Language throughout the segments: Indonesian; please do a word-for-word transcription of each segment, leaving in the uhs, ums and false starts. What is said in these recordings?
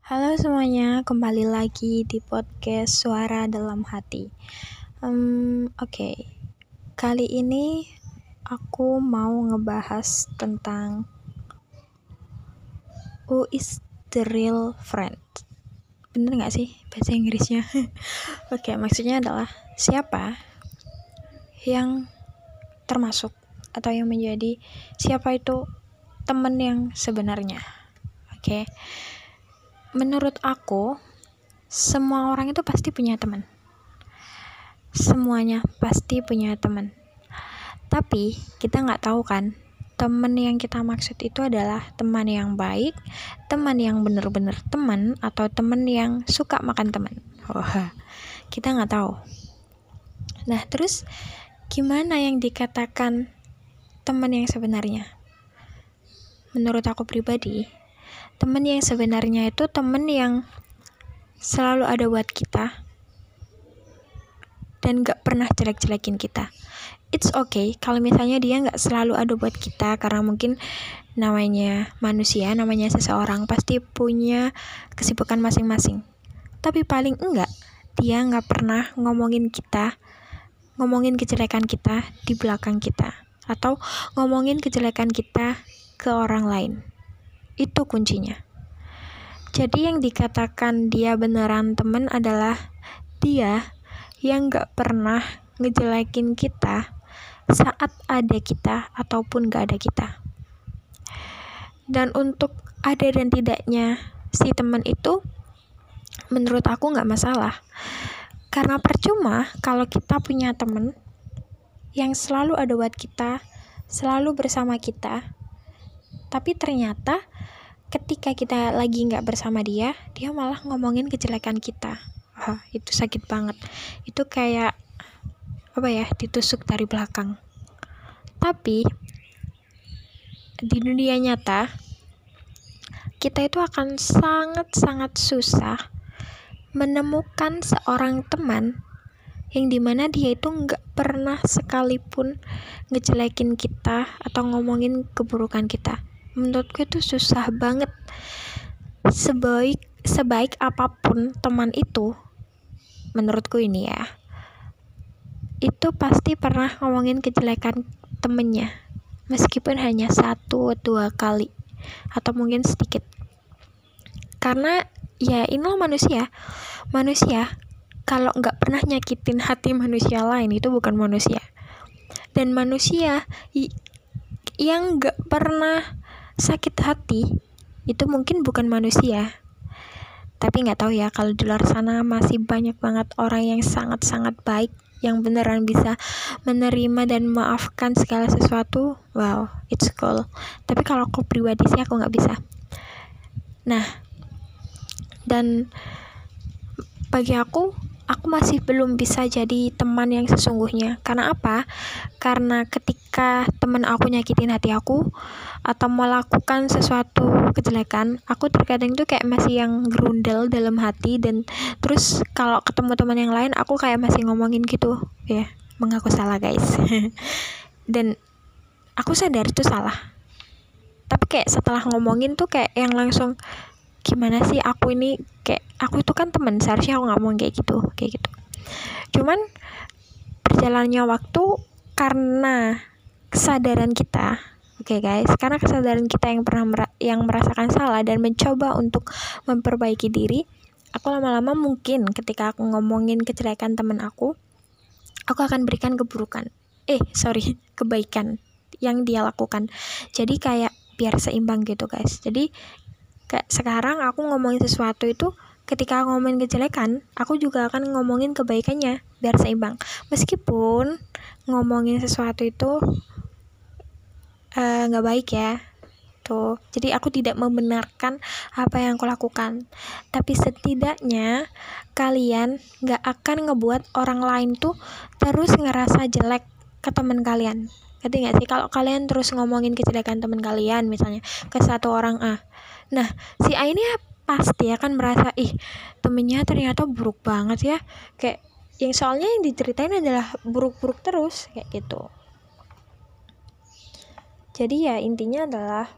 Halo semuanya, kembali lagi di podcast Suara Dalam Hati. Um, Oke, okay. Kali ini aku mau ngebahas tentang who is the real friend. Bener nggak sih bahasa Inggrisnya? Oke, okay, maksudnya adalah siapa yang termasuk atau yang menjadi siapa itu teman yang sebenarnya. Oke. Okay. Menurut aku, semua orang itu pasti punya teman. Semuanya pasti punya teman. Tapi kita nggak tahu kan, teman yang kita maksud itu adalah teman yang baik, teman yang benar-benar teman, atau teman yang suka makan teman. Oh, kita nggak tahu. Nah, terus gimana yang dikatakan teman yang sebenarnya? Menurut aku pribadi, teman yang sebenarnya itu teman yang selalu ada buat kita dan gak pernah jelek-jelekin kita. It's okay kalau misalnya dia gak selalu ada buat kita, karena mungkin namanya manusia, namanya seseorang pasti punya kesibukan masing-masing. Tapi paling enggak, dia gak pernah ngomongin kita, ngomongin kejelekan kita di belakang kita, atau ngomongin kejelekan kita ke orang lain. Itu kuncinya. Jadi yang dikatakan dia beneran teman adalah dia yang gak pernah ngejelekin kita saat ada kita ataupun gak ada kita. Dan untuk ada dan tidaknya si teman itu, menurut aku gak masalah. Karena percuma kalau kita punya teman yang selalu ada buat kita, selalu bersama kita, tapi ternyata ketika kita lagi gak bersama dia, dia malah ngomongin kejelekan kita. Wah, itu sakit banget. Itu kayak apa ya, ditusuk dari belakang. Tapi di dunia nyata kita itu akan sangat-sangat susah menemukan seorang teman yang dimana dia itu nggak pernah sekalipun ngejelekin kita atau ngomongin keburukan kita. Menurutku itu susah banget. Sebaik sebaik apapun teman itu, menurutku ini ya, itu pasti pernah ngomongin kejelekan temennya, meskipun hanya satu dua kali atau mungkin sedikit. Karena ya inilah manusia. Manusia kalau nggak pernah nyakitin hati manusia lain itu bukan manusia. Dan manusia y- yang nggak pernah sakit hati itu mungkin bukan manusia. Tapi nggak tahu ya, kalau di luar sana masih banyak banget orang yang sangat-sangat baik, yang beneran bisa menerima dan memaafkan segala sesuatu. Wow, it's cool. Tapi kalau aku pribadi sih aku nggak bisa. Nah, dan bagi aku, aku masih belum bisa jadi teman yang sesungguhnya. Karena apa? Karena ketika teman aku nyakitin hati aku atau melakukan sesuatu kejelekan, aku terkadang tuh kayak masih yang gerundel dalam hati, dan terus kalau ketemu teman yang lain aku kayak masih ngomongin gitu ya, mengaku salah guys. Dan aku sadar itu salah, tapi kayak setelah ngomongin tuh kayak yang langsung, gimana sih aku ini, kayak aku itu kan teman, seharusnya aku ngomong kayak gitu kayak gitu cuman berjalannya waktu, karena kesadaran kita, oke okay guys, karena kesadaran kita yang pernah mer- yang merasakan salah dan mencoba untuk memperbaiki diri, aku lama-lama mungkin ketika aku ngomongin kejelekan teman aku, aku akan berikan keburukan, eh sorry kebaikan yang dia lakukan. Jadi kayak biar seimbang gitu guys. Jadi kayak sekarang aku ngomongin sesuatu itu, ketika aku ngomongin kejelekan, aku juga akan ngomongin kebaikannya biar seimbang. Meskipun ngomongin sesuatu itu nggak uh, baik ya, tuh. Jadi aku tidak membenarkan apa yang aku lakukan, tapi setidaknya kalian nggak akan ngebuat orang lain tuh terus ngerasa jelek ke teman kalian. Ngerti nggak sih? Kalau kalian terus ngomongin kejelekan teman kalian, misalnya ke satu orang A, nah si A ini pasti akan merasa, ih temennya ternyata buruk banget ya, kayak yang soalnya yang diceritain adalah buruk-buruk terus kayak gitu. Jadi ya intinya adalah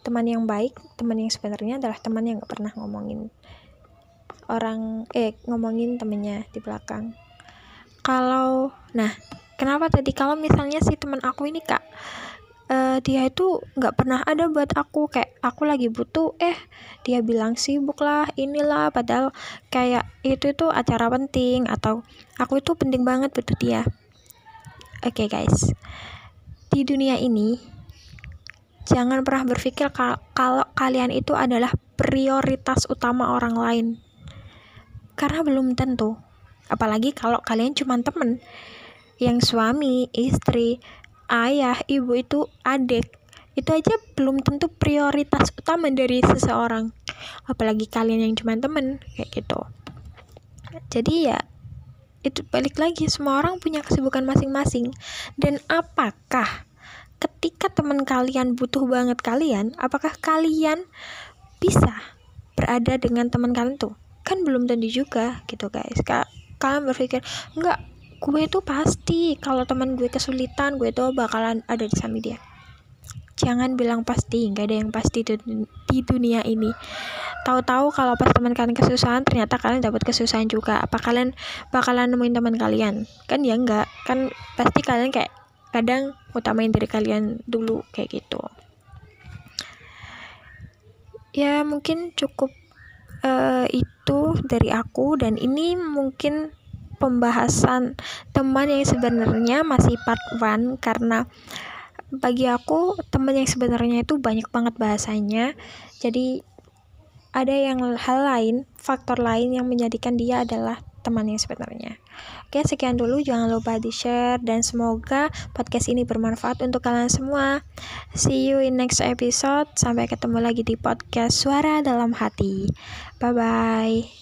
teman yang baik, teman yang sebenarnya adalah teman yang gak pernah ngomongin orang eh ngomongin temennya di belakang. Kalau nah kenapa tadi kalau misalnya si teman aku ini kak uh, dia itu nggak pernah ada buat aku, kayak aku lagi butuh eh dia bilang sibuk lah inilah, padahal kayak itu tuh acara penting atau aku itu penting banget butuh dia. Oke okay, guys, di dunia ini jangan pernah berpikir ka- kalau kalian itu adalah prioritas utama orang lain, karena belum tentu. Apalagi kalau kalian cuma temen, yang suami, istri, ayah, ibu itu adik, itu aja belum tentu prioritas utama dari seseorang, apalagi kalian yang cuma temen kayak gitu. Jadi ya itu balik lagi, semua orang punya kesibukan masing-masing. Dan apakah ketika teman kalian butuh banget kalian, apakah kalian bisa berada dengan teman kalian tuh? Kan belum tentu juga gitu guys. Kak, kalian berpikir enggak, gue itu pasti kalau teman gue kesulitan, gue tuh bakalan ada di samping dia. Jangan bilang pasti, nggak ada yang pasti di, di dunia ini. Tahu-tahu kalau pas teman kalian kesusahan, ternyata kalian dapat kesusahan juga. Apa kalian bakalan nemuin teman kalian? Kan ya enggak, kan pasti kalian kayak kadang utamain diri kalian dulu kayak gitu. Ya mungkin cukup uh, itu dari aku, dan ini mungkin pembahasan teman yang sebenarnya masih part one, karena bagi aku teman yang sebenarnya itu banyak banget bahasanya. Jadi ada yang hal lain, faktor lain yang menjadikan dia adalah teman yang sebenarnya. Oke, sekian dulu, jangan lupa di-share dan semoga podcast ini bermanfaat untuk kalian semua. See you in next episode. Sampai ketemu lagi di podcast Suara Dalam Hati. Bye bye.